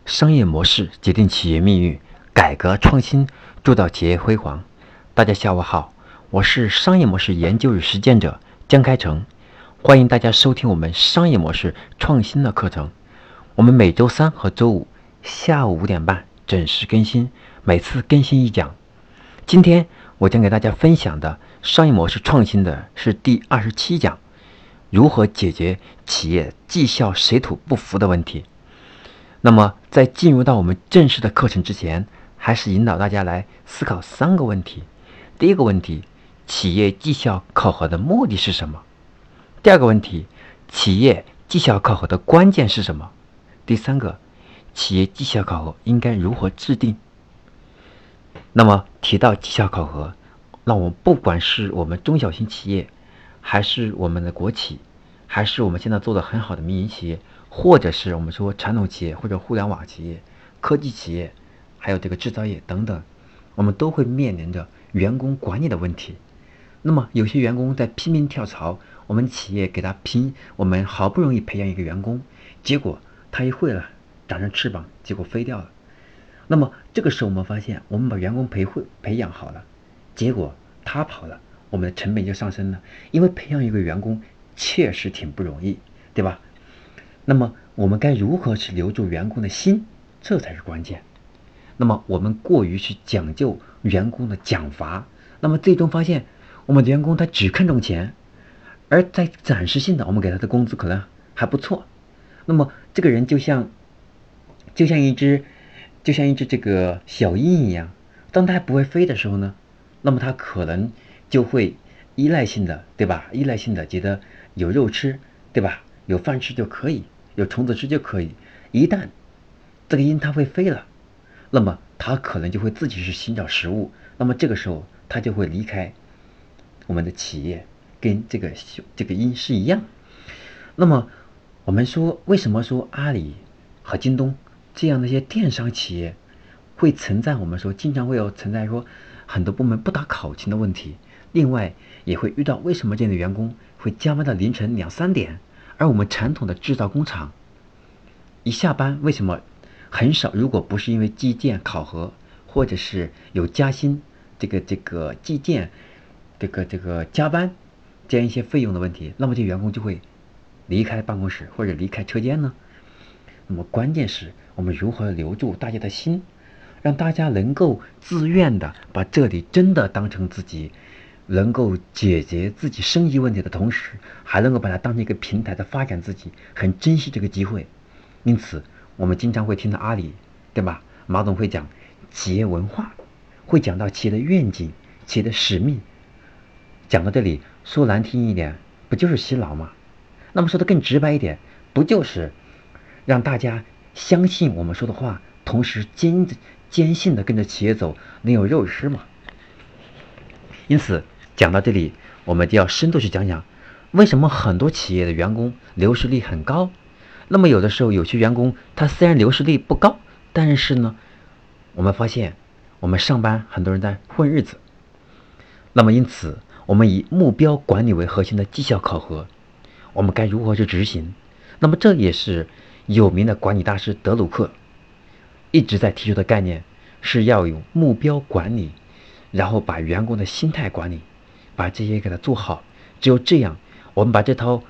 商业模式决定企业命运，改革创新铸造企业辉煌。大家下午好，我是商业模式研究与实践者江开成，欢迎大家收听我们商业模式创新的课程。我们每周三和周五下午5点半准时更新，每次更新一讲。今天我将给大家分享的商业模式创新的是第27讲，如何解决企业绩效水土不服的问题。那么在进入到我们正式的课程之前，还是引导大家来思考3个问题。第一个问题，企业绩效考核的目的是什么？第二个问题，企业绩效考核的关键是什么？第三个，企业绩效考核应该如何制定？那么提到绩效考核，那我们不管是我们中小型企业，还是我们的国企，还是我们现在做的很好的民营企业，或者是我们说传统企业或者互联网企业、科技企业，还有这个制造业等等，我们都会面临着员工管理的问题。那么有些员工在拼命跳槽，我们企业给他我们好不容易培养一个员工，结果他一会了，长成翅膀，结果飞掉了。那么这个时候我们发现，我们把员工培养好了，结果他跑了，我们的成本就上升了。因为培养一个员工确实挺不容易，对吧？那么我们该如何去留住员工的心，这才是关键。那么我们过于去讲究员工的奖罚，那么最终发现我们的员工他只看重钱，而在暂时性的我们给他的工资可能还不错。那么这个人就像一只这个小鹰一样，当他还不会飞的时候呢，那么他可能就会依赖性的，对吧？依赖性的觉得有肉吃，对吧？有饭吃就可以，有虫子吃就可以。一旦这个鹰它会飞了，那么它可能就会自己去寻找食物，那么这个时候它就会离开我们的企业，跟这个鹰是一样。那么我们说，为什么说阿里和京东这样的一些电商企业会存在，我们说经常会有存在说很多部门不打考勤的问题，另外也会遇到为什么这样的员工会加班到凌晨2、3点，而我们传统的制造工厂一下班为什么很少？如果不是因为计件考核，或者是有加薪这个计件这个加班这样一些费用的问题，那么这员工就会离开办公室或者离开车间呢？那么关键是我们如何留住大家的心，让大家能够自愿的把这里真的当成自己能够解决自己生意问题的同时，还能够把它当成一个平台的发展自己，很珍惜这个机会。因此我们经常会听到阿里，对吧？马总会讲企业文化，会讲到企业的愿景、企业的使命。讲到这里，说难听一点，不就是洗脑吗？那么说的更直白一点，不就是让大家相信我们说的话，同时坚信的跟着企业走，能有肉吃吗？因此讲到这里，我们就要深度去讲讲，为什么很多企业的员工流失率很高。那么有的时候有些员工他虽然流失率不高，但是呢，我们发现我们上班很多人在混日子。那么因此我们以目标管理为核心的绩效考核，我们该如何去执行？那么这也是有名的管理大师德鲁克一直在提出的概念，是要有目标管理，然后把员工的心态管理，把这些给他做好。只有这样，我们把这套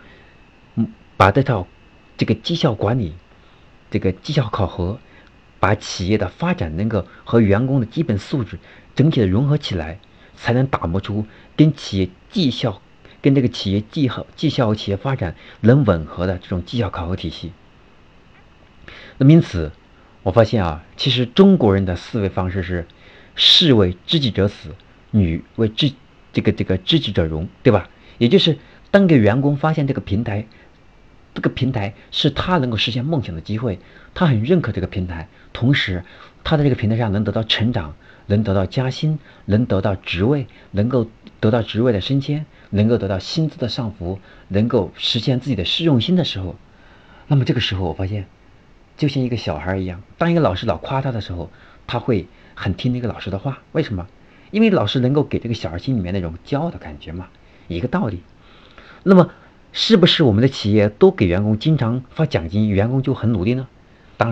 这个绩效管理，这个绩效考核，把企业的发展能够和员工的基本素质整体的融合起来，才能打磨出跟企业绩效、跟这个企业绩效和企业发展能吻合的这种绩效考核体系。那么因此我发现啊，其实中国人的思维方式是士为知己者死，女为知己者容，对吧？也就是当给员工发现这个平台是他能够实现梦想的机会，他很认可这个平台，同时他在这个平台上能得到成长，能得到加薪，能得到职位，能够得到职位的升迁，能够得到薪资的上浮，能够实现自己的虚荣心的时候，那么这个时候我发现就像一个小孩一样，当一个老师老夸他的时候，他会很听那个老师的话。为什么？因为老师能够给这个小孩心里面那种骄傲的感觉嘛，一个道理。那么是不是我们的企业都给员工经常发奖金，员工就很努力呢？当然也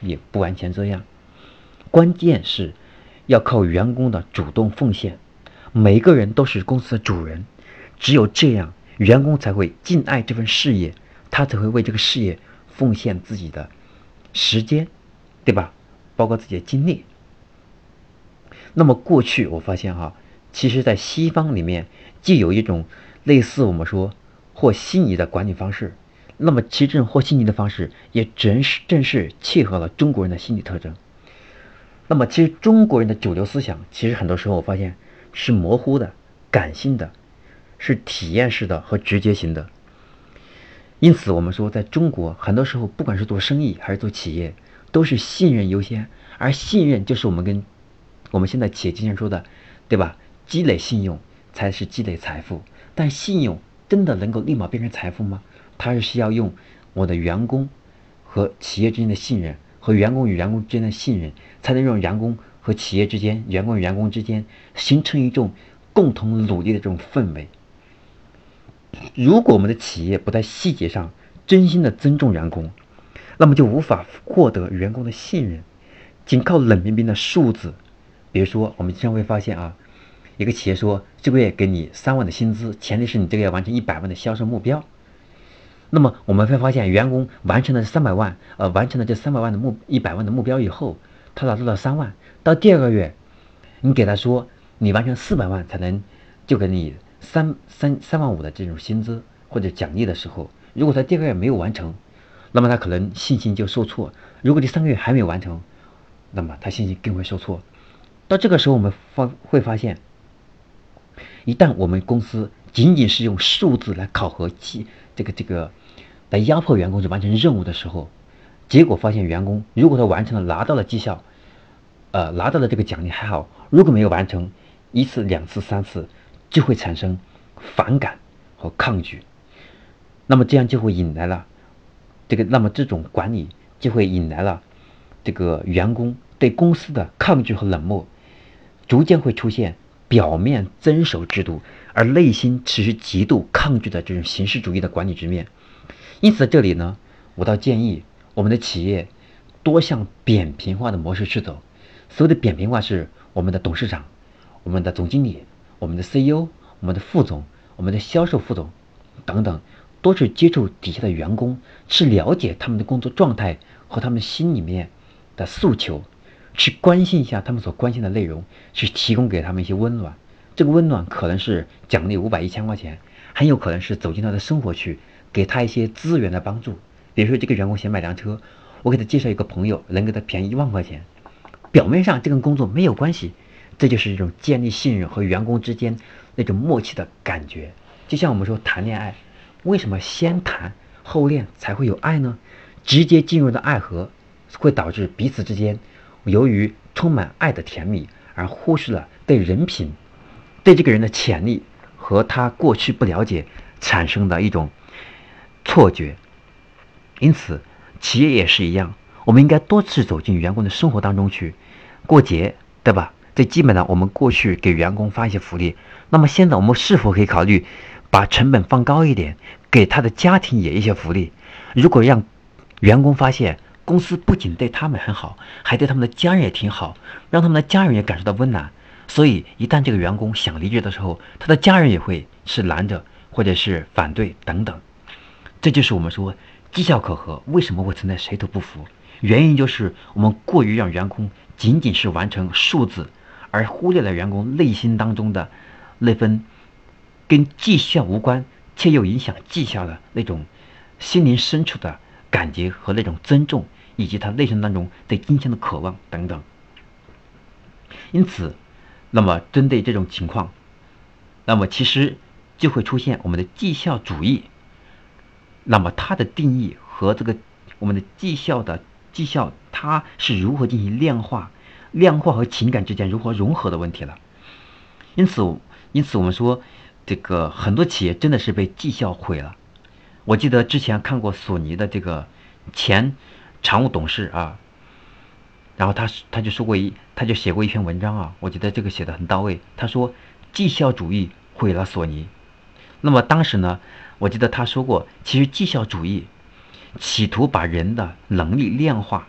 也不完全这样。关键是要靠员工的主动奉献，每个人都是公司的主人，只有这样，员工才会敬爱这份事业，他才会为这个事业奉献自己的时间，对吧？包括自己的精力。那么过去我发现其实在西方里面既有一种类似我们说和稀泥的管理方式，那么其实这种和稀泥的方式也正是契合了中国人的心理特征。那么其实中国人的主流思想其实很多时候我发现是模糊的、感性的，是体验式的和直觉型的。因此我们说在中国很多时候不管是做生意还是做企业，都是信任优先，而信任就是我们现在企业经常说的，对吧？积累信用才是积累财富。但信用真的能够立马变成财富吗？它是需要用我的员工和企业之间的信任，和员工与员工之间的信任，才能让员工和企业之间、员工与员工之间形成一种共同努力的这种氛围。如果我们的企业不在细节上真心的尊重员工，那么就无法获得员工的信任。仅靠冷冰冰的数字，比如说我们经常会发现一个企业说这个月给你3万的薪资，前提是你这个月完成100万的销售目标。那么我们会发现员工完成了300万，完成了这300万的100万的目标以后，他拿到了3万。到第二个月，你给他说你完成400万才能就给你3万5的这种薪资或者奖励的时候，如果他第二个月没有完成，那么他可能信心就受挫。如果第3个月还没有完成，那么他信心更会受挫。到这个时候我们会发现，一旦我们公司仅仅是用数字来考核来压迫员工去完成任务的时候，结果发现员工如果他完成了拿到了绩效，拿到了这个奖励还好，如果没有完成1次、2次、3次，就会产生反感和抗拒。那么这样就会引来了那么这种管理就会引来了这个员工对公司的抗拒和冷漠，逐渐会出现表面遵守制度，而内心其实极度抗拒的这种形式主义的管理局面。因此在这里呢，我倒建议我们的企业多向扁平化的模式去走。所谓的扁平化是我们的董事长、我们的总经理、我们的 CEO、我们的副总、我们的销售副总等等，多去接触底下的员工，去了解他们的工作状态和他们心里面的诉求，去关心一下他们所关心的内容，去提供给他们一些温暖。这个温暖可能是奖励500、1000块钱，很有可能是走进他的生活去，给他一些资源的帮助。比如说这个员工想买辆车，我给他介绍一个朋友，能给他便宜1万块钱。表面上这跟工作没有关系，这就是一种建立信任和员工之间那种默契的感觉。就像我们说谈恋爱，为什么先谈后恋才会有爱呢？直接进入的爱河会导致彼此之间由于充满爱的甜蜜而忽视了对人品、对这个人的潜力和他过去不了解产生的一种错觉。因此企业也是一样，我们应该多次走进员工的生活当中去。过节，对吧？最基本的我们过去给员工发一些福利，那么现在我们是否可以考虑把成本放高一点，给他的家庭也一些福利？如果让员工发现公司不仅对他们很好，还对他们的家人也挺好，让他们的家人也感受到温暖，所以一旦这个员工想离职的时候，他的家人也会是拦着或者是反对等等。这就是我们说绩效考核为什么会存在水土不服，原因就是我们过于让员工仅仅是完成数字，而忽略了员工内心当中的那份跟绩效无关却又影响绩效的那种心灵深处的感觉和那种尊重，以及他内心当中对金钱的渴望等等。因此那么针对这种情况，那么其实就会出现我们的绩效主义。那么它的定义和这个我们的绩效它是如何进行量化和情感之间如何融合的问题了。因此我们说这个很多企业真的是被绩效毁了。我记得之前看过索尼的这个前常务董事然后他就写过一篇文章我觉得这个写得很到位。他说绩效主义毁了索尼。那么当时呢，我记得他说过，其实绩效主义企图把人的能力量化，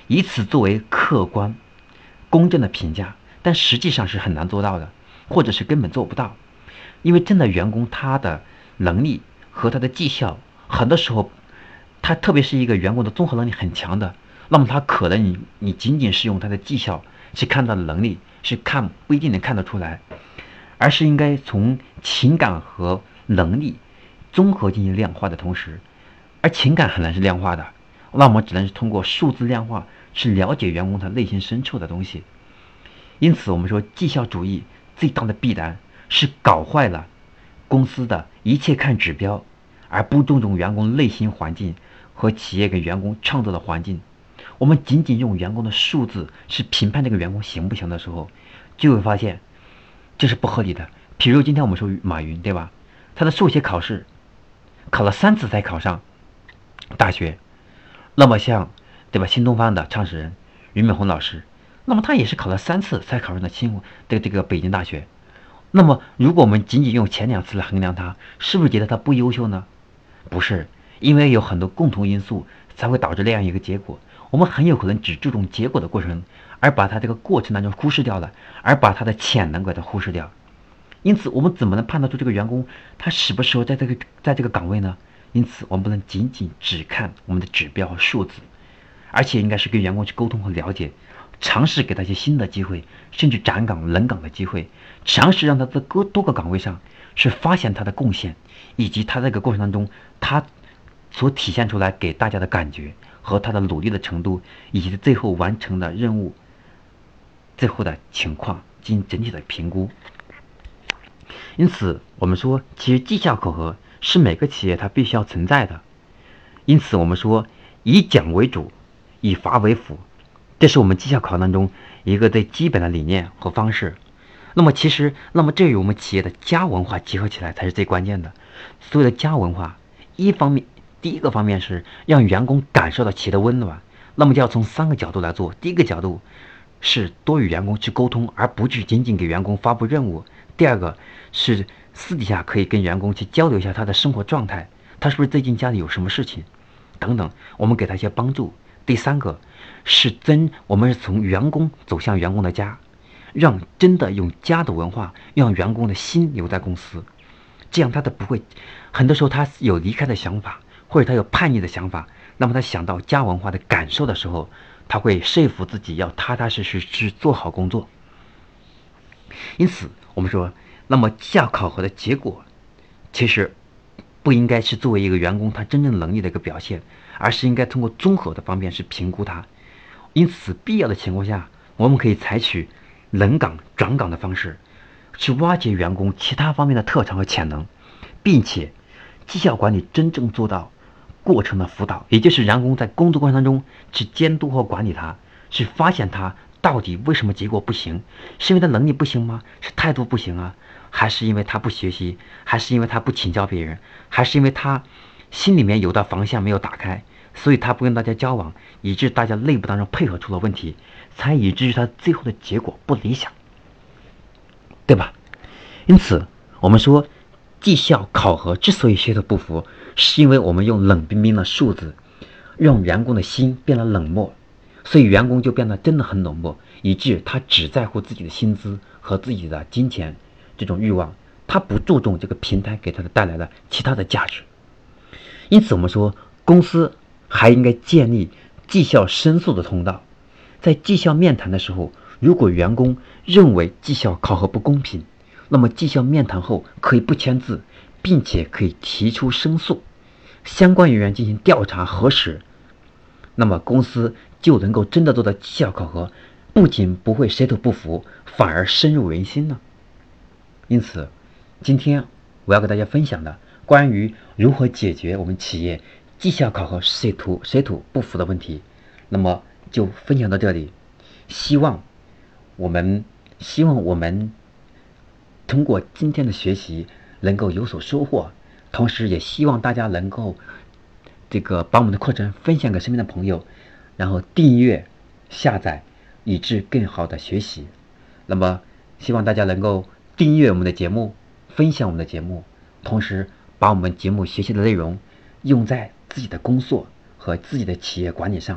以此作为客观公正的评价，但实际上是很难做到的，或者是根本做不到。因为真的员工他的能力和他的绩效，很多时候他特别是一个员工的综合能力很强的，那么他可能你仅仅是用他的绩效去看他的能力，不一定能看得出来，而是应该从情感和能力综合进行量化的同时，而情感很难是量化的，那我们只能是通过数字量化去了解员工他内心深处的东西。因此我们说绩效主义最大的弊端是搞坏了公司的一切看指标，而不注重员工内心环境和企业给员工创造的环境。我们仅仅用员工的数字去评判这个员工行不行的时候，就会发现这是不合理的。比如今天我们说马云，对吧？他的数学考试考了3次才考上大学，那么像对吧新东方的创始人俞敏洪老师，那么他也是考了3次才考上的这个北京大学。那么如果我们仅仅用前2次来衡量他，是不是觉得他不优秀呢？不是，因为有很多共同因素才会导致那样一个结果。我们很有可能只注重结果的过程，而把他这个过程当中忽视掉了，而把他的潜能给他忽视掉。因此我们怎么能判断出这个员工他适不适合在这个岗位呢？因此我们不能仅仅只看我们的指标和数字，而且应该是跟员工去沟通和了解，尝试给他一些新的机会，甚至转岗轮岗的机会，尝试让他在多个岗位上去发现他的贡献，以及他这个过程当中他所体现出来给大家的感觉和他的努力的程度，以及最后完成的任务最后的情况进行整体的评估。因此我们说其实绩效考核是每个企业它必须要存在的。因此我们说以奖为主，以罚为辅，这是我们绩效考核当中一个最基本的理念和方式。那么这与我们企业的家文化结合起来才是最关键的。所有的家文化，第一个方面是让员工感受到企业的温暖，那么就要从3个角度来做。第一个角度是多与员工去沟通，而不去仅仅给员工发布任务。第二个是私底下可以跟员工去交流一下他的生活状态，他是不是最近家里有什么事情等等，我们给他一些帮助。第3个是我们是从员工走向员工的家，让真的用家的文化让员工的心留在公司，这样他不会很多时候他有离开的想法，或者他有叛逆的想法，那么他想到家文化的感受的时候，他会说服自己要踏踏实实去做好工作。因此我们说，那么绩效考核的结果其实不应该是作为一个员工他真正能力的一个表现，而是应该通过综合的方面去评估他。因此必要的情况下，我们可以采取轮岗转岗的方式，去挖掘员工其他方面的特长和潜能，并且绩效管理真正做到过程的辅导，也就是员工在工作过程当中去监督和管理他，去发现他到底为什么结果不行，是因为他能力不行吗？是态度不行啊？还是因为他不学习？还是因为他不请教别人？还是因为他心里面有道防线没有打开，所以他不跟大家交往，以致大家内部当中配合出了问题，才以至于他最后的结果不理想，对吧？因此我们说绩效考核之所以噱头不符，是因为我们用冷冰冰的数字让员工的心变得冷漠，所以员工就变得真的很冷漠，以致他只在乎自己的薪资和自己的金钱这种欲望，他不注重这个平台给他带来的其他的价值。因此我们说公司还应该建立绩效申诉的通道。在绩效面谈的时候，如果员工认为绩效考核不公平，那么绩效面谈后可以不签字，并且可以提出申诉，相关人员进行调查核实，那么公司就能够真的做到绩效考核不仅不会谁都不服，反而深入人心呢。因此今天我要给大家分享的关于如何解决我们企业绩效考核谁都不服的问题，那么就分享到这里。希望我们通过今天的学习能够有所收获，同时也希望大家能够把我们的课程分享给身边的朋友，然后订阅下载，以致更好的学习。那么希望大家能够订阅我们的节目，分享我们的节目，同时把我们节目学习的内容用在自己的工作和自己的企业管理上，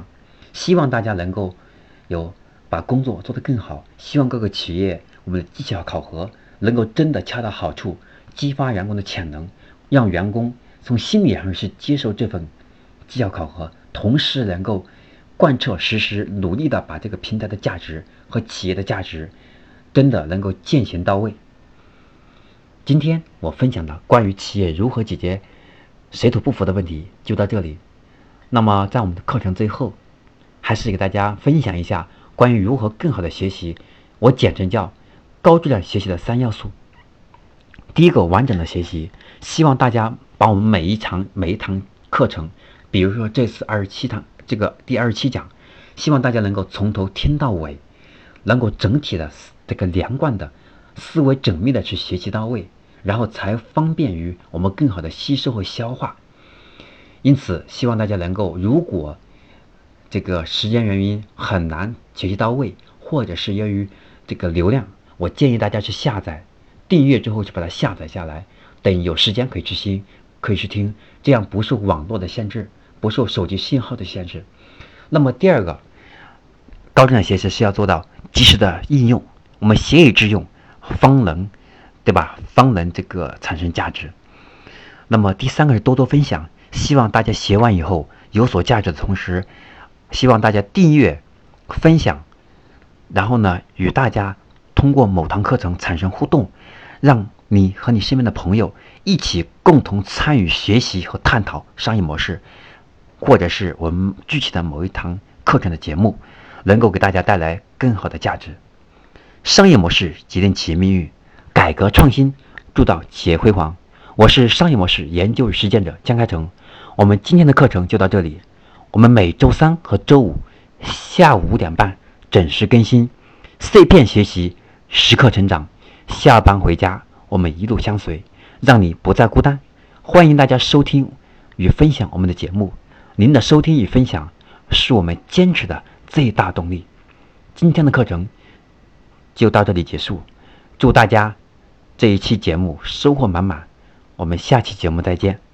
希望大家能够把工作做得更好，希望各个企业我们的绩效考核能够真的恰到好处，激发员工的潜能，让员工从心理上是接受这份绩效考核，同时能够贯彻实施，努力的把这个平台的价值和企业的价值真的能够践行到位。今天我分享的关于企业如何解决水土不服的问题就到这里。那么在我们的课程最后，还是给大家分享一下关于如何更好的学习，我简称叫高质量学习的3要素。第一个，完整的学习，希望大家把我们每一堂课程，比如说这次27堂这个第27讲，希望大家能够从头听到尾，能够整体的这个连贯的思维缜密的去学习到位，然后才方便于我们更好的吸收和消化。因此希望大家能够，如果这个时间原因很难学习到位，或者是由于这个流量，我建议大家去下载订阅之后去把它下载下来，等有时间可以去听，这样不受网络的限制，不受手机信号的限制。那么第二个，高质量学习是要做到及时的应用，我们学以致用，方能这个产生价值。那么第三个是多多分享，希望大家学完以后有所价值的同时，希望大家订阅分享，然后呢与大家通过某堂课程产生互动，让你和你身边的朋友一起共同参与学习和探讨商业模式，或者是我们具体的某一堂课程的节目，能够给大家带来更好的价值。商业模式决定企业命运，改革创新铸造企业辉煌。我是商业模式研究与实践者江开成，我们今天的课程就到这里。我们每周3和周5下午5点半准时更新，碎片学习，时刻成长。下班回家，我们一路相随，让你不再孤单。欢迎大家收听与分享我们的节目，您的收听与分享是我们坚持的最大动力。今天的课程就到这里结束，祝大家这一期节目收获满满，我们下期节目再见。